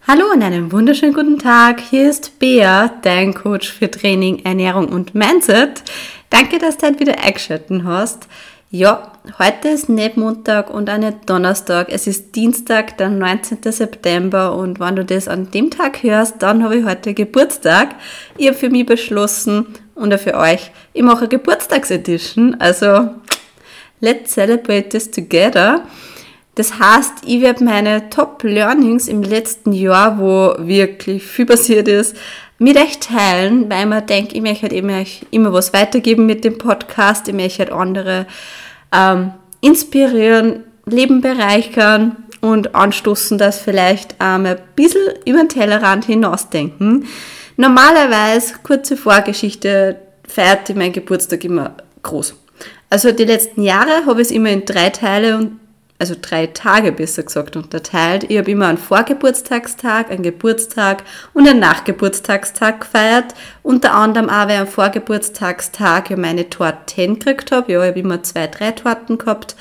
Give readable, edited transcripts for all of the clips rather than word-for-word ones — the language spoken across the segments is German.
Hallo und einen wunderschönen guten Tag. Hier ist Bea, dein Coach für Training, Ernährung und Mindset. Danke, dass du heute wieder eingeschaltet hast. Ja, heute ist nicht Montag und auch nicht Donnerstag. Es ist Dienstag, der 19. September und wenn du das an dem Tag hörst, dann habe ich heute Geburtstag. Ich habe für mich beschlossen und auch für euch, ich mache eine Geburtstagsedition. Also, let's celebrate this together. Das heißt, ich werde meine Top-Learnings im letzten Jahr, wo wirklich viel passiert ist, mit euch teilen, weil ich denke, ich möchte halt eben euch immer was weitergeben mit dem Podcast, ich möchte halt andere inspirieren, Leben bereichern und anstoßen, dass vielleicht ein bisschen über den Tellerrand hinausdenken. Normalerweise, kurze Vorgeschichte, feiert ich meinen Geburtstag immer groß. Also die letzten Jahre habe ich es immer in 3 Teile also 3 Tage besser gesagt unterteilt. Ich habe immer einen Vorgeburtstagstag, einen Geburtstag und einen Nachgeburtstagstag gefeiert. Unter anderem auch, weil ich am Vorgeburtstagstag ja meine Torten gekriegt habe. Ja, ich habe immer 2, 3 Torten gehabt.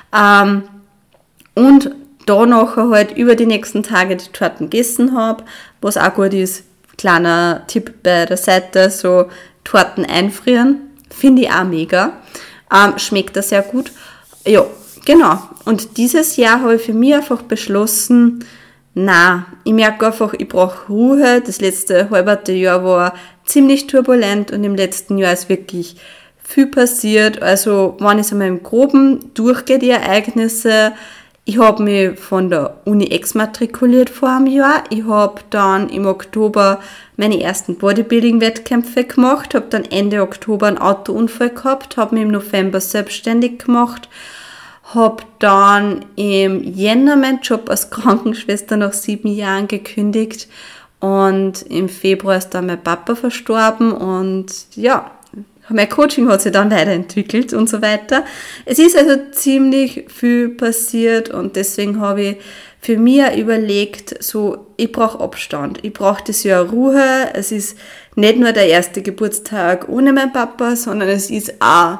Und da nachher halt über die nächsten Tage die Torten gegessen habe. Was auch gut ist, kleiner Tipp bei der Seite, so Torten einfrieren. Finde ich auch mega. Schmeckt das sehr gut. Ja, genau. Und dieses Jahr habe ich für mich einfach beschlossen, ich merke einfach, ich brauche Ruhe. Das letzte halbe Jahr war ziemlich turbulent und im letzten Jahr ist wirklich viel passiert. Also, wenn ich es einmal im Groben durchgehe, die Ereignisse, ich habe mich von der Uni exmatrikuliert vor einem Jahr. Ich habe dann im Oktober meine ersten Bodybuilding-Wettkämpfe gemacht, habe dann Ende Oktober einen Autounfall gehabt, habe mich im November selbstständig gemacht, habe dann im Jänner meinen Job als Krankenschwester nach 7 Jahren gekündigt und im Februar ist dann mein Papa verstorben und ja, mein Coaching hat sich dann weiterentwickelt und so weiter. Es ist also ziemlich viel passiert und deswegen habe ich für mich überlegt, so, ich brauche Abstand, ich brauche das Jahr Ruhe. Es ist nicht nur der erste Geburtstag ohne meinen Papa, sondern es ist auch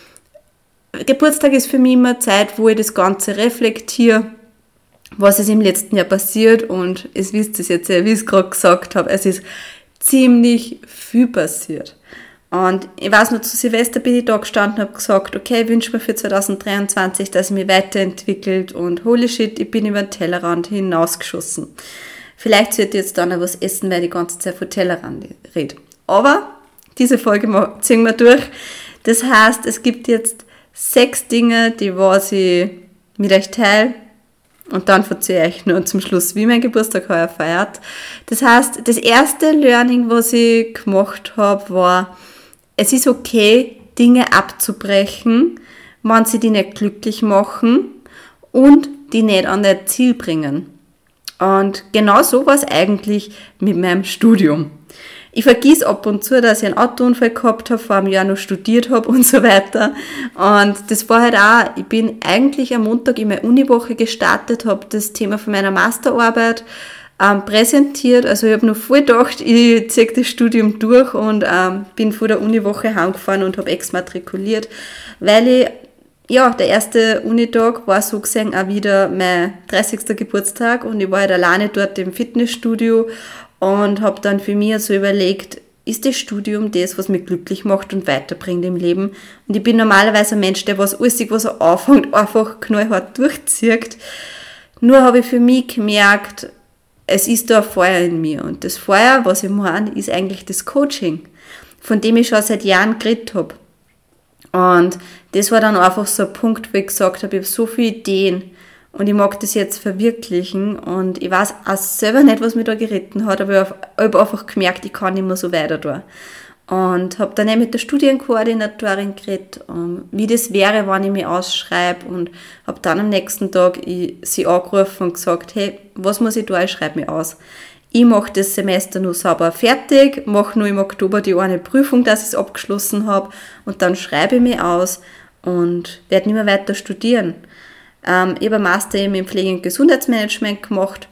Geburtstag ist für mich immer Zeit, wo ich das Ganze reflektiere, was ist im letzten Jahr passiert und es wisst ihr jetzt, wie ich es gerade gesagt habe, es ist ziemlich viel passiert. Und ich weiß noch, zu Silvester bin ich da gestanden und habe gesagt, okay, ich wünsche mir für 2023, dass ich mich weiterentwickelt und holy shit, ich bin über den Tellerrand hinausgeschossen. Vielleicht sollte ich jetzt dann noch was essen, weil ich die ganze Zeit von Tellerrand rede. Aber diese Folge ziehen wir durch. Das heißt, es gibt jetzt 6 Dinge, die was ich mit euch teile und dann erzähle ich euch nur zum Schluss, wie mein Geburtstag heuer feiert. Das heißt, das erste Learning, was ich gemacht habe, war, es ist okay, Dinge abzubrechen, wenn sie die nicht glücklich machen und die nicht an dein Ziel bringen. Und genau so war es eigentlich mit meinem Studium. Ich vergiss ab und zu, dass ich einen Autounfall gehabt habe, vor einem Jahr noch studiert habe und so weiter. Und das war halt auch, ich bin eigentlich am Montag in meine Uniwoche gestartet, habe das Thema von meiner Masterarbeit präsentiert. Also ich habe noch voll gedacht, ich ziehe das Studium durch und bin von der Uniwoche heimgefahren und habe exmatrikuliert, weil der erste Unitag war so gesehen auch wieder mein 30. Geburtstag und ich war halt alleine dort im Fitnessstudio und habe dann für mich so überlegt, ist das Studium das, was mich glücklich macht und weiterbringt im Leben? Und ich bin normalerweise ein Mensch, der alles, was er anfängt, einfach knallhart durchzieht. Nur habe ich für mich gemerkt, es ist da ein Feuer in mir. Und das Feuer, was ich meine, ist eigentlich das Coaching, von dem ich schon seit Jahren geredet habe. Und das war dann einfach so ein Punkt, wo ich gesagt habe, ich habe so viele Ideen und ich mag das jetzt verwirklichen und ich weiß auch selber nicht, was mich da geritten hat, aber ich habe einfach gemerkt, ich kann nicht mehr so weiter da. Und habe dann auch mit der Studienkoordinatorin geredet, wie das wäre, wenn ich mich ausschreibe und habe dann am nächsten Tag sie angerufen und gesagt, hey, was muss ich da, ich schreibe mich aus. Ich mache das Semester nur sauber fertig, mache nur im Oktober die eine Prüfung, dass ich es abgeschlossen habe und dann schreibe ich mich aus und werde nicht mehr weiter studieren. Ich habe einen Master eben im Pflege- und Gesundheitsmanagement gemacht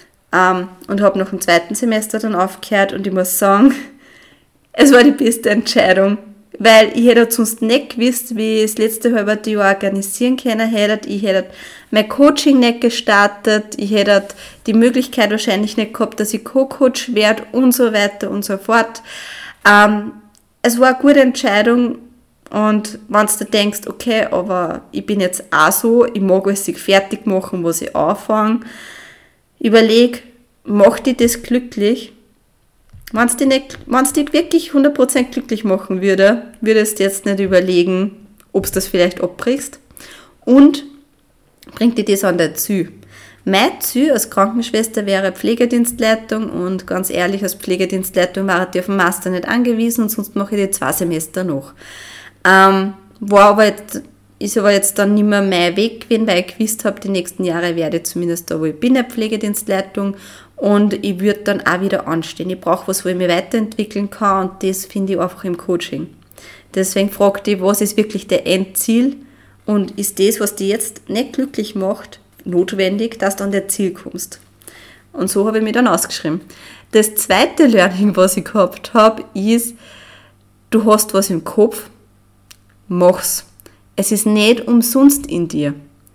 und habe nach dem 2. Semester dann aufgehört und ich muss sagen, es war die beste Entscheidung. weil ich hätte sonst nicht gewusst, wie ich das letzte halbe Jahr organisieren können hätte. Ich hätte mein Coaching nicht gestartet, ich hätte die Möglichkeit wahrscheinlich nicht gehabt, dass ich Co-Coach werde und so weiter und so fort. Es war eine gute Entscheidung und wenn du denkst, okay, aber ich bin jetzt auch so, ich mag alles fertig machen, was ich anfange, überleg, macht dich das glücklich? Wenn es dich wirklich 100% glücklich machen würde, würdest du jetzt nicht überlegen, ob du das vielleicht abbrichst und bringt dir das an dein Ziel. Mein Ziel als Krankenschwester wäre Pflegedienstleitung und ganz ehrlich, als Pflegedienstleitung war ich auf den Master nicht angewiesen und sonst mache ich die 2 Semester noch. Ist aber jetzt dann nicht mehr mein Weg gewesen, weil ich gewusst habe, die nächsten Jahre werde ich zumindest da, wo ich bin, eine Pflegedienstleitung und ich würde dann auch wieder anstehen. Ich brauche was, wo ich mich weiterentwickeln kann und das finde ich einfach im Coaching. Deswegen fragte ich, was ist wirklich der Endziel und ist das, was dich jetzt nicht glücklich macht, notwendig, dass du an dein Ziel kommst. Und so habe ich mich dann ausgeschrieben. Das zweite Learning, was ich gehabt habe, ist, du hast was im Kopf, mach's. Es ist nicht umsonst in dir.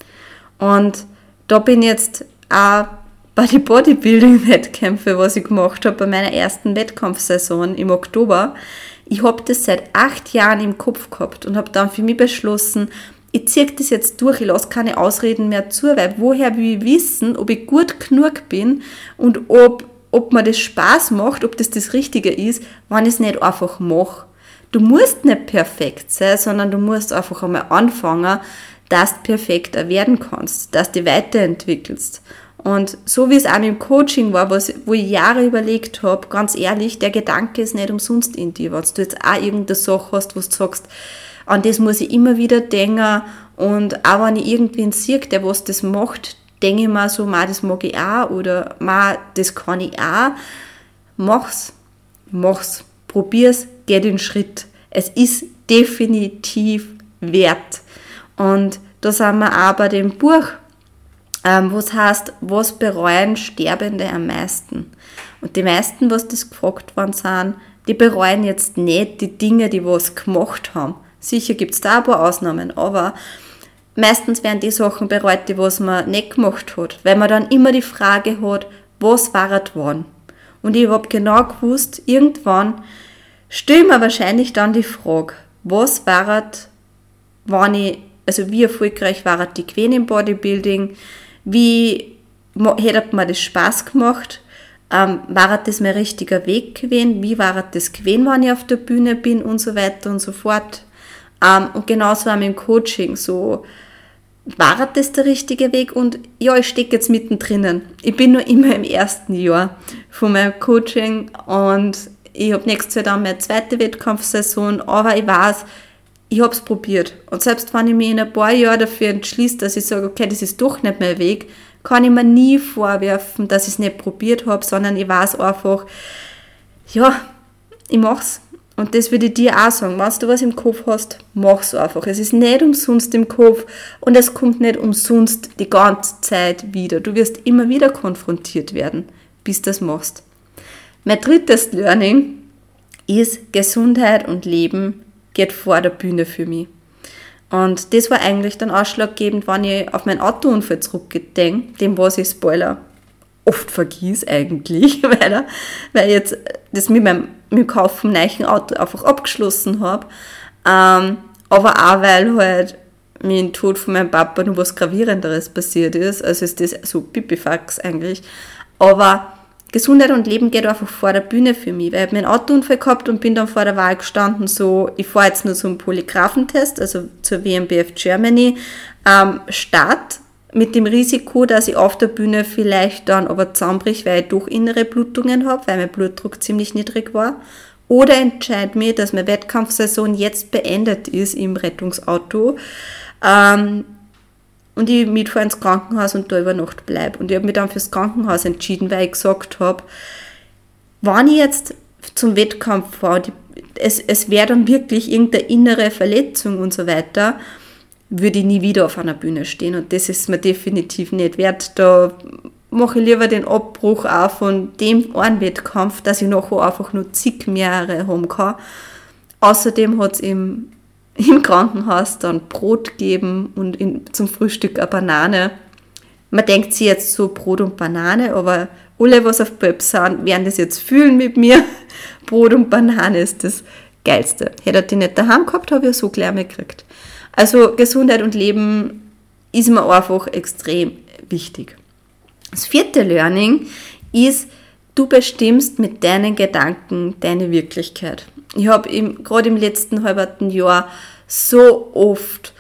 Und da bin jetzt auch bei den Bodybuilding-Wettkämpfen, was ich gemacht habe, bei meiner ersten Wettkampfsaison im Oktober. Ich habe das seit 8 Jahren im Kopf gehabt und habe dann für mich beschlossen, ich ziehe das jetzt durch, ich lasse keine Ausreden mehr zu, weil woher will ich wissen, ob ich gut genug bin und ob mir das Spaß macht, ob das Richtige ist, wenn ich es nicht einfach mache. Du musst nicht perfekt sein, sondern du musst einfach einmal anfangen, dass du perfekter werden kannst, dass du dich weiterentwickelst. Und so wie es auch im Coaching war, wo ich Jahre überlegt habe, ganz ehrlich, der Gedanke ist nicht umsonst in dir. Wenn du jetzt auch irgendeine Sache hast, wo du sagst, an das muss ich immer wieder denken und auch wenn ich irgendwen sehe, der was das macht, denke ich mir so, das mag ich auch oder das kann ich auch. Mach's, probier's, geh den Schritt. Es ist definitiv wert. Und da sind wir auch bei dem Buch, was heißt, was bereuen Sterbende am meisten? Und die meisten, was das gefragt worden sind, die bereuen jetzt nicht die Dinge, die was gemacht haben. Sicher gibt es da ein paar Ausnahmen, aber meistens werden die Sachen bereut, die was man nicht gemacht hat, weil man dann immer die Frage hat, was war es wann? Und ich habe genau gewusst, irgendwann stelle ich mir wahrscheinlich dann die Frage, was war es, wie erfolgreich war die gewesen im Bodybuilding, wie hätte mir das Spaß gemacht, war das mein richtiger Weg gewesen, wie war das gewesen, wenn ich auf der Bühne bin und so weiter und so fort. Und genauso auch mit dem Coaching, so war das der richtige Weg und ja, ich stecke jetzt mittendrin. Ich bin nur immer im ersten Jahr von meinem Coaching und ich habe nächstes Jahr dann meine zweite Wettkampfsaison, aber ich weiß, ich habe es probiert. Und selbst wenn ich mich in ein paar Jahren dafür entschließe, dass ich sage, okay, das ist doch nicht mein Weg, kann ich mir nie vorwerfen, dass ich es nicht probiert habe, sondern ich weiß einfach, ja, ich mache es. Und das würde ich dir auch sagen, wenn du was im Kopf hast, mach es einfach. Es ist nicht umsonst im Kopf und es kommt nicht umsonst die ganze Zeit wieder. Du wirst immer wieder konfrontiert werden, bis du das machst. Mein drittes Learning ist, Gesundheit und Leben geht vor der Bühne für mich. Und das war eigentlich dann ausschlaggebend, wenn ich auf meinen Autounfall zurückdenke, dem was ich, Spoiler, oft vergieß eigentlich, weil ich jetzt das mit dem Kauf vom neuen Auto einfach abgeschlossen habe. Aber auch, weil halt mit dem Tod von meinem Papa noch was Gravierenderes passiert ist. Also ist das so Pipifax eigentlich. Aber Gesundheit und Leben geht einfach vor der Bühne für mich, weil ich habe einen Autounfall gehabt und bin dann vor der Wahl gestanden, so, ich fahre jetzt nur zum Polygraphentest, also zur WMBF Germany, Start mit dem Risiko, dass ich auf der Bühne vielleicht dann aber zusammenbrich, weil ich doch innere Blutungen habe, weil mein Blutdruck ziemlich niedrig war. Oder entscheide mich, dass meine Wettkampfsaison jetzt beendet ist im Rettungsauto und ich mitfahre ins Krankenhaus und da über Nacht bleibe. Und ich habe mich dann fürs Krankenhaus entschieden, weil ich gesagt habe, wenn ich jetzt zum Wettkampf fahre, es wäre dann wirklich irgendeine innere Verletzung und so weiter, würde ich nie wieder auf einer Bühne stehen. Und das ist mir definitiv nicht wert. Da mache ich lieber den Abbruch auch von dem einen Wettkampf, dass ich nachher einfach nur zig mehrere haben kann. Außerdem hat es im Krankenhaus dann Brot gegeben und zum Frühstück eine Banane. Man denkt sich jetzt so Brot und Banane, aber alle, was auf Pöp sind, werden das jetzt fühlen mit mir. Brot und Banane ist das Geilste. Hätte ich nicht daheim gehabt, habe ich so gleich mal gekriegt. Also Gesundheit und Leben ist mir einfach extrem wichtig. Das 4. Learning ist, du bestimmst mit deinen Gedanken deine Wirklichkeit. Ich habe gerade im letzten halben Jahr so oft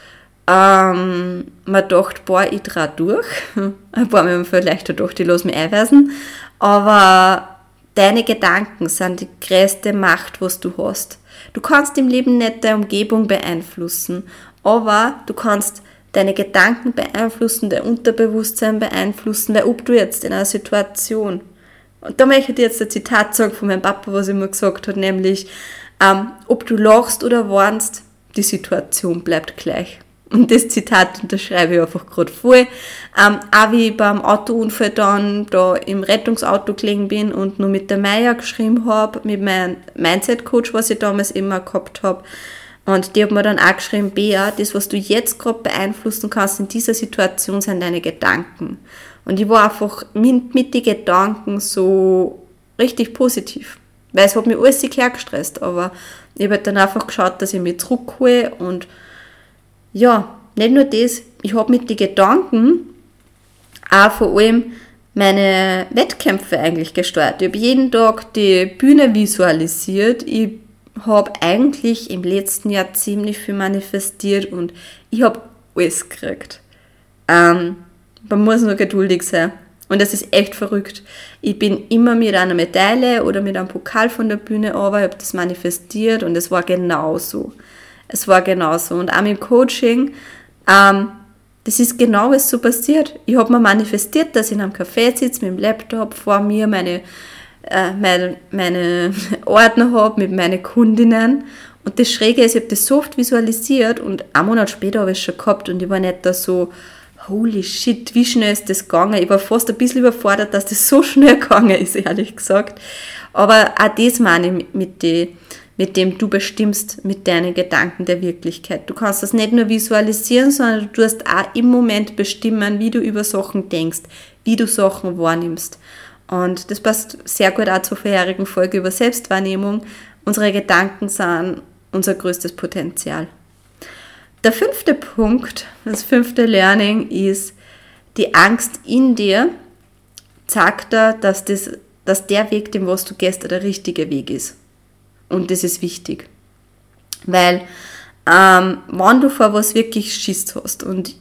mir gedacht, boah, ich drehe durch. Ein paar Mal haben wir vielleicht gedacht, ich lasse mich einweisen. Aber deine Gedanken sind die größte Macht, was du hast. Du kannst im Leben nicht deine Umgebung beeinflussen, aber du kannst deine Gedanken beeinflussen, dein Unterbewusstsein beeinflussen, weil ob du jetzt in einer Situation, und da möchte ich jetzt ein Zitat sagen von meinem Papa, was er immer gesagt hat, nämlich, ob du lachst oder weinst, die Situation bleibt gleich. Und das Zitat unterschreibe ich einfach gerade voll. Auch wie ich beim Autounfall dann da im Rettungsauto gelegen bin und nur mit der Maya geschrieben habe, mit meinem Mindset-Coach, was ich damals immer gehabt habe. Und die hat mir dann auch geschrieben, Bea, das, was du jetzt gerade beeinflussen kannst in dieser Situation, sind deine Gedanken. Und ich war einfach mit den Gedanken so richtig positiv. Weil es hat mich alles hergestresst, aber ich habe dann einfach geschaut, dass ich mich zurückhole und ja, nicht nur das, ich habe mit den Gedanken auch vor allem meine Wettkämpfe eigentlich gesteuert. Ich habe jeden Tag die Bühne visualisiert. Ich habe eigentlich im letzten Jahr ziemlich viel manifestiert und ich habe alles gekriegt. Man muss nur geduldig sein. Und das ist echt verrückt. Ich bin immer mit einer Medaille oder mit einem Pokal von der Bühne runter, ich habe das manifestiert und es war genauso. Es war genauso. Und auch im Coaching, das ist genau so passiert. Ich habe mir manifestiert, dass ich in einem Café sitze mit dem Laptop, vor mir meine Ordner habe mit meinen Kundinnen. Und das Schräge ist, ich habe das so oft visualisiert und einen Monat später habe ich es schon gehabt und ich war nicht da so, holy shit, wie schnell ist das gegangen? Ich war fast ein bisschen überfordert, dass das so schnell gegangen ist, ehrlich gesagt. Aber auch das meine ich mit dem du bestimmst mit deinen Gedanken der Wirklichkeit. Du kannst das nicht nur visualisieren, sondern du tust auch im Moment bestimmen, wie du über Sachen denkst, wie du Sachen wahrnimmst. Und das passt sehr gut auch zur vorherigen Folge über Selbstwahrnehmung. Unsere Gedanken sind unser größtes Potenzial. Der 5. Punkt, das 5. Learning ist, die Angst in dir sagt dir, dass der Weg, den was du gehst, der richtige Weg ist. Und das ist wichtig. Weil, wenn du vor was wirklich Schiss hast, und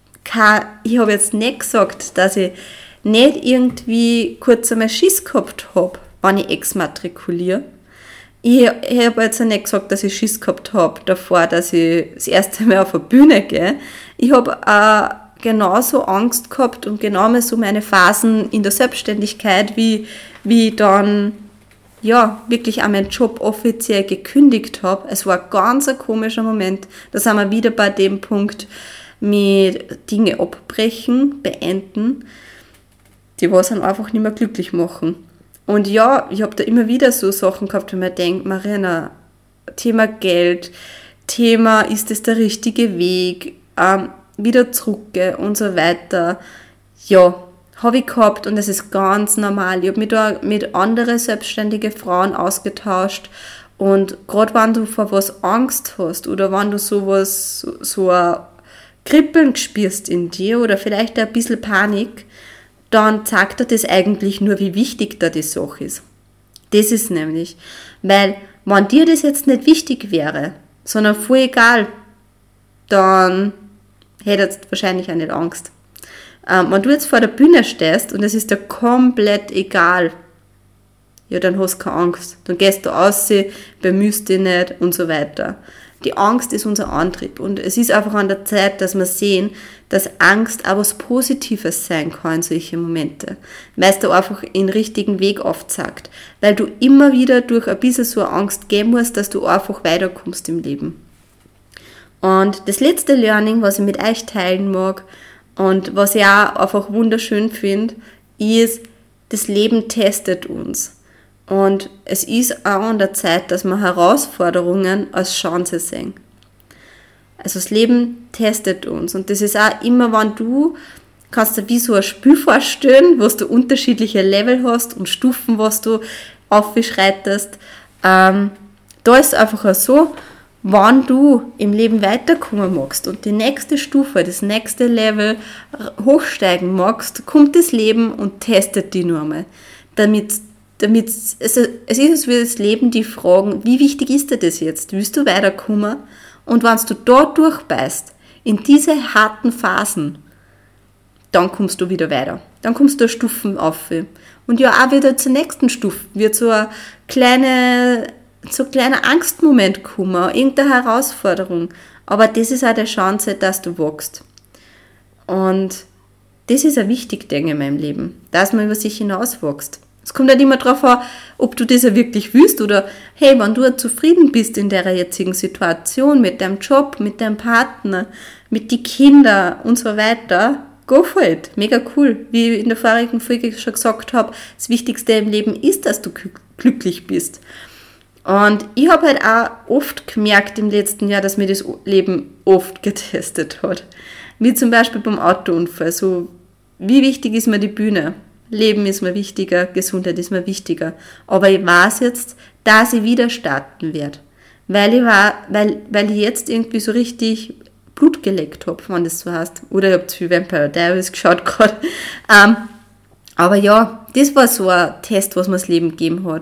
ich habe jetzt nicht gesagt, dass ich nicht irgendwie kurz einmal Schiss gehabt habe, wenn ich exmatrikuliere. Ich habe jetzt nicht gesagt, dass ich Schiss gehabt habe davor, dass ich das erste Mal auf eine Bühne gehe. Ich habe genauso Angst gehabt und genau so meine Phasen in der Selbstständigkeit, wie ich dann ja, wirklich auch meinen Job offiziell gekündigt habe. Es war ein ganz komischer Moment. Da sind wir wieder bei dem Punkt mit Dinge abbrechen, beenden, die was dann einfach nicht mehr glücklich machen. Und ja, ich habe da immer wieder so Sachen gehabt, wenn man denkt, Marina, Thema Geld, Thema, ist das der richtige Weg, wieder zurückgehen und so weiter. Ja, habe ich gehabt und das ist ganz normal. Ich habe mich da mit anderen selbstständigen Frauen ausgetauscht und gerade wenn du vor was Angst hast oder wenn du so ein Kribbeln spürst in dir oder vielleicht ein bisschen Panik, dann zeigt dir das eigentlich nur, wie wichtig da die Sache ist. Das ist nämlich, weil wenn dir das jetzt nicht wichtig wäre, sondern voll egal, dann hättest du wahrscheinlich auch nicht Angst. Wenn du jetzt vor der Bühne stehst und es ist dir komplett egal, ja, dann hast du keine Angst. Dann gehst du raus, bemühst dich nicht und so weiter. Die Angst ist unser Antrieb und es ist einfach an der Zeit, dass wir sehen, dass Angst auch was Positives sein kann in solchen Momente, weil es da einfach den richtigen Weg aufzeigt, weil du immer wieder durch ein bisschen so eine Angst gehen musst, dass du einfach weiterkommst im Leben. Und das letzte Learning, was ich mit euch teilen mag und was ich auch einfach wunderschön finde, ist, das Leben testet uns. Und es ist auch an der Zeit, dass wir Herausforderungen als Chance sehen. Also das Leben testet uns. Und das ist auch immer, wenn du kannst dir wie so ein Spiel vorstellen, wo du unterschiedliche Level hast und Stufen, was du aufschreitest. Da ist es einfach auch so, wenn du im Leben weiterkommen magst und die nächste Stufe, das nächste Level hochsteigen magst, kommt das Leben und testet die nur einmal. Es ist wie das Leben, die fragen, wie wichtig ist dir das jetzt? Willst du weiterkommen? Und wenn du da durchbeißt, in diese harten Phasen, dann kommst du wieder weiter. Dann kommst du Stufen auf. Und ja, auch wieder zur nächsten Stufe wird so ein kleiner Angstmoment kommen, irgendeine Herausforderung. Aber das ist auch die Chance, dass du wächst. Und das ist ein wichtiges Ding in meinem Leben, dass man über sich hinauswächst. Es kommt nicht immer darauf an, ob du das ja wirklich willst oder hey, wenn du zufrieden bist in der jetzigen Situation, mit deinem Job, mit deinem Partner, mit den Kindern und so weiter, go for it. Mega cool. Wie ich in der vorigen Folge schon gesagt habe, das Wichtigste im Leben ist, dass du glücklich bist. Und ich habe halt auch oft gemerkt im letzten Jahr, dass mir das Leben oft getestet hat. Wie zum Beispiel beim Autounfall. So, wie wichtig ist mir die Bühne? Leben ist mir wichtiger, Gesundheit ist mir wichtiger. Aber ich weiß jetzt, dass ich wieder starten werde. Weil ich jetzt irgendwie so richtig Blut geleckt habe, wenn das so heißt. Oder ich habe zu viel Vampire Diaries geschaut gerade. Aber ja, das war so ein Test, was mir das Leben gegeben hat.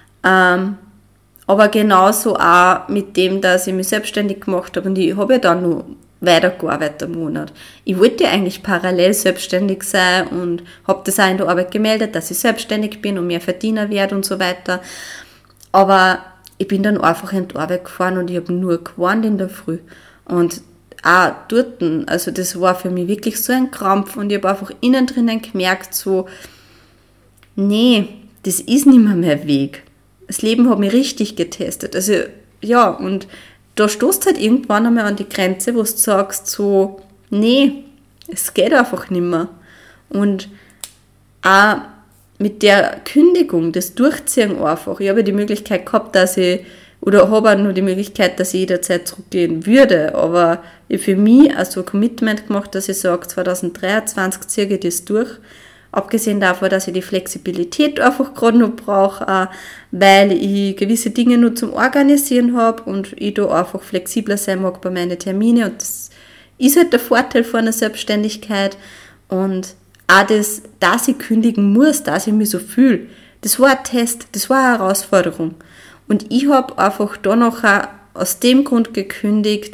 Aber genauso auch mit dem, dass ich mich selbstständig gemacht habe und ich habe ja dann noch weitergearbeitet am Monat. Ich wollte ja eigentlich parallel selbstständig sein und habe das auch in der Arbeit gemeldet, dass ich selbstständig bin und mehr Verdiener werde und so weiter. Aber ich bin dann einfach in die Arbeit gefahren und ich habe nur gewarnt in der Früh. Und auch dort, also das war für mich wirklich so ein Krampf und ich habe einfach innen drinnen gemerkt, so, nee, das ist nicht mehr mein Weg. Das Leben hat mich richtig getestet. Also ja, und da stoßt halt irgendwann einmal an die Grenze, wo du sagst so, nee, es geht einfach nicht mehr. Und auch mit der Kündigung, das Durchziehen einfach, ich habe die Möglichkeit gehabt, habe auch nur die Möglichkeit, dass ich jederzeit zurückgehen würde, aber ich für mich also ein Commitment gemacht, dass ich sage, 2023 ziehe ich das durch. Abgesehen davon, dass ich die Flexibilität einfach gerade noch brauche, weil ich gewisse Dinge nur zum Organisieren habe und ich da einfach flexibler sein mag bei meinen Terminen. Und das ist halt der Vorteil von einer Selbstständigkeit. Und auch das, dass ich kündigen muss, dass ich mich so fühle, das war ein Test, das war eine Herausforderung. Und ich habe einfach da noch aus dem Grund gekündigt,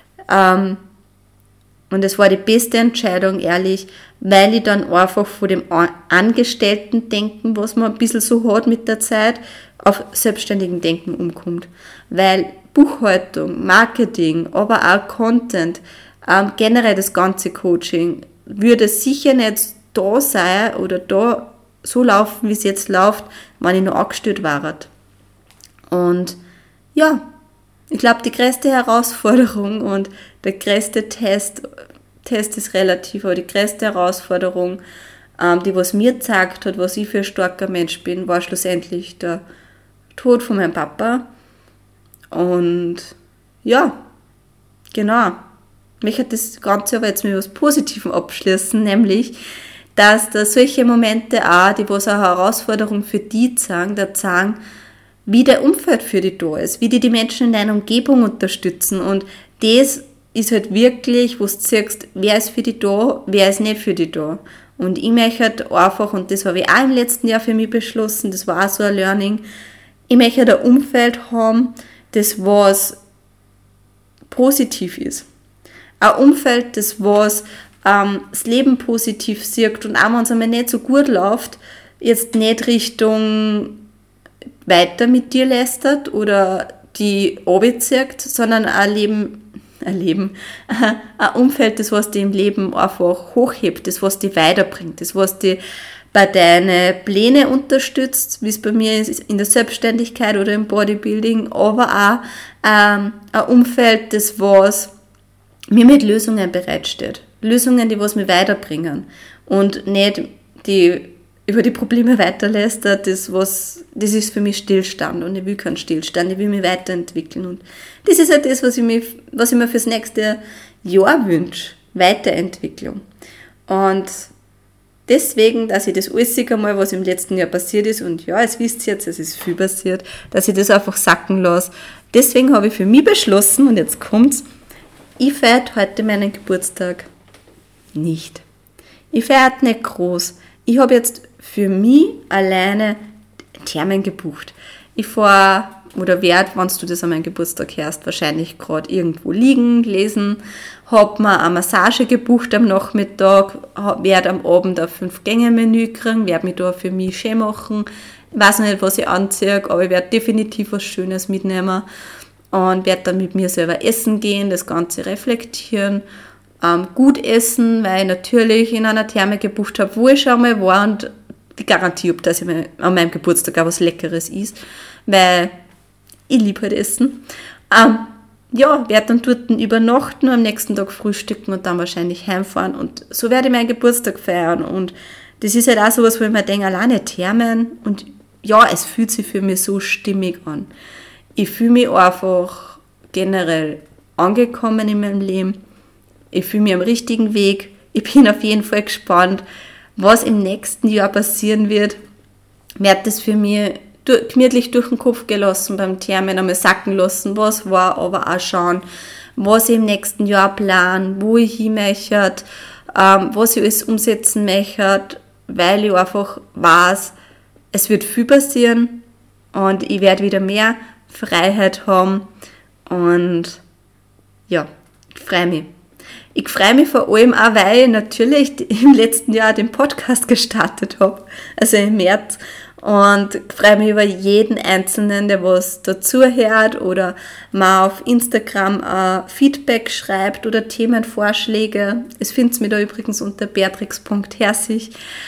und es war die beste Entscheidung, ehrlich, weil ich dann einfach von dem Angestellten-Denken, was man ein bisschen so hat mit der Zeit, auf selbstständigen Denken umkommt. Weil Buchhaltung, Marketing, aber auch Content, generell das ganze Coaching, würde sicher nicht da sein oder da so laufen, wie es jetzt läuft, wenn ich noch angestellt wäre. Und ja, ich glaube, die größte Herausforderung und der größte Test ist relativ, aber die größte Herausforderung, die was mir gezeigt hat, was ich für ein starker Mensch bin, war schlussendlich der Tod von meinem Papa. Und ja, genau. Ich möchte das Ganze aber jetzt mit etwas Positivem abschließen, nämlich, dass da solche Momente auch, die was eine Herausforderung für die zeigen, wie der Umfeld für dich da ist, wie die Menschen in deiner Umgebung unterstützen. Und das ist halt wirklich, wo du siehst, wer ist für dich da, wer ist nicht für dich da. Und ich möchte halt einfach, und das habe ich auch im letzten Jahr für mich beschlossen, das war auch so ein Learning, ich möchte halt ein Umfeld haben, das was positiv ist. Ein Umfeld, das was das Leben positiv sieht und auch wenn es einmal nicht so gut läuft, jetzt nicht Richtung weiter mit dir lästert oder die runterzieht, sondern ein Umfeld, das was dich im Leben einfach hochhebt, das was dich weiterbringt, das was dich bei deinen Plänen unterstützt, wie es bei mir ist in der Selbstständigkeit oder im Bodybuilding, aber auch ein Umfeld, das was mir mit Lösungen bereitsteht. Lösungen, die was mich weiterbringen und nicht die über die Probleme weiterlästert, das das ist für mich Stillstand und ich will keinen Stillstand, ich will mich weiterentwickeln. Und das ist halt das, was ich mir fürs nächste Jahr wünsche, Weiterentwicklung. Und deswegen, dass ich das alles einmal, was im letzten Jahr passiert ist, und ja, es wisst ihr jetzt, es ist viel passiert, dass ich das einfach sacken lasse. Deswegen habe ich für mich beschlossen, und jetzt kommt's, ich feiere heute meinen Geburtstag nicht. Ich feiere nicht groß. Ich habe jetzt für mich alleine Termin gebucht. Ich fahre, oder werde, wenn du das an meinem Geburtstag hörst, wahrscheinlich gerade irgendwo liegen, lesen, habe mir eine Massage gebucht am Nachmittag, werde am Abend ein 5-Gänge-Menü kriegen, werde mich da für mich schön machen. Ich weiß noch nicht, was ich anziehe, aber ich werde definitiv was Schönes mitnehmen und werde dann mit mir selber essen gehen, das Ganze reflektieren, gut essen, weil ich natürlich in einer Therme gebucht habe, wo ich schon mal war und die Garantie habe, dass ich an meinem Geburtstag auch was Leckeres isst, weil ich liebe halt Essen. Werde dann dort übernachten und am nächsten Tag frühstücken und dann wahrscheinlich heimfahren und so werde ich meinen Geburtstag feiern und das ist halt auch sowas, wo ich mir denke, alleine Thermen und ja, es fühlt sich für mich so stimmig an. Ich fühle mich einfach generell angekommen in meinem Leben. Ich fühle mich am richtigen Weg. Ich bin auf jeden Fall gespannt, was im nächsten Jahr passieren wird. Ich werde das für mich gemütlich durch den Kopf gelassen beim Thermen, einmal sacken lassen, was war, aber auch schauen, was ich im nächsten Jahr plane, wo ich hin möchte, was ich alles umsetzen möchte, weil ich einfach weiß, es wird viel passieren und ich werde wieder mehr Freiheit haben und ja, ich freue mich. Ich freue mich vor allem auch, weil ich natürlich im letzten Jahr den Podcast gestartet habe, also im März. Und ich freue mich über jeden Einzelnen, der was dazuhört oder mal auf Instagram Feedback schreibt oder Themenvorschläge. Es findet mich da übrigens unter beatrix.herzig.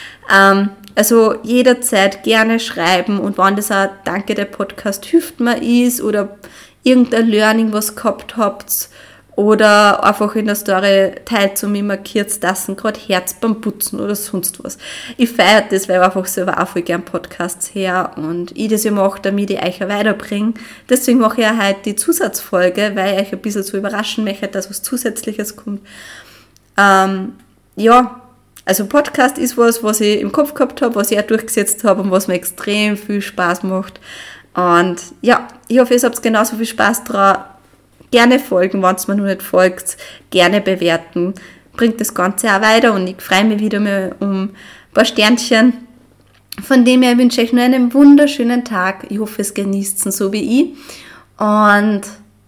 Also jederzeit gerne schreiben und wenn das auch Danke, der Podcast hilft mir ist oder irgendein Learning, was gehabt habt oder einfach in der Story teilt zu mir markiert, dass gerade Herz beim Putzen oder sonst was. Ich feiere das, weil ich einfach selber auch voll gern Podcasts her und ich das ja mache, damit ich euch weiterbringe. Deswegen mache ich ja heute die Zusatzfolge, weil ich euch ein bisschen so überraschen möchte, dass was Zusätzliches kommt. Also Podcast ist was ich im Kopf gehabt habe, was ich auch durchgesetzt habe und was mir extrem viel Spaß macht. Und ja, ich hoffe, ihr habt genauso viel Spaß dran. Gerne folgen, wenn es mir noch nicht folgt, gerne bewerten, bringt das Ganze auch weiter und ich freue mich wieder mal um ein paar Sternchen. Von dem her wünsche ich euch nur einen wunderschönen Tag. Ich hoffe, es genießt es so wie ich. Und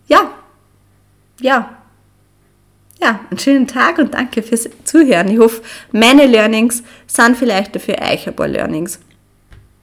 einen schönen Tag und danke fürs Zuhören. Ich hoffe, meine Learnings sind vielleicht für euch ein paar Learnings.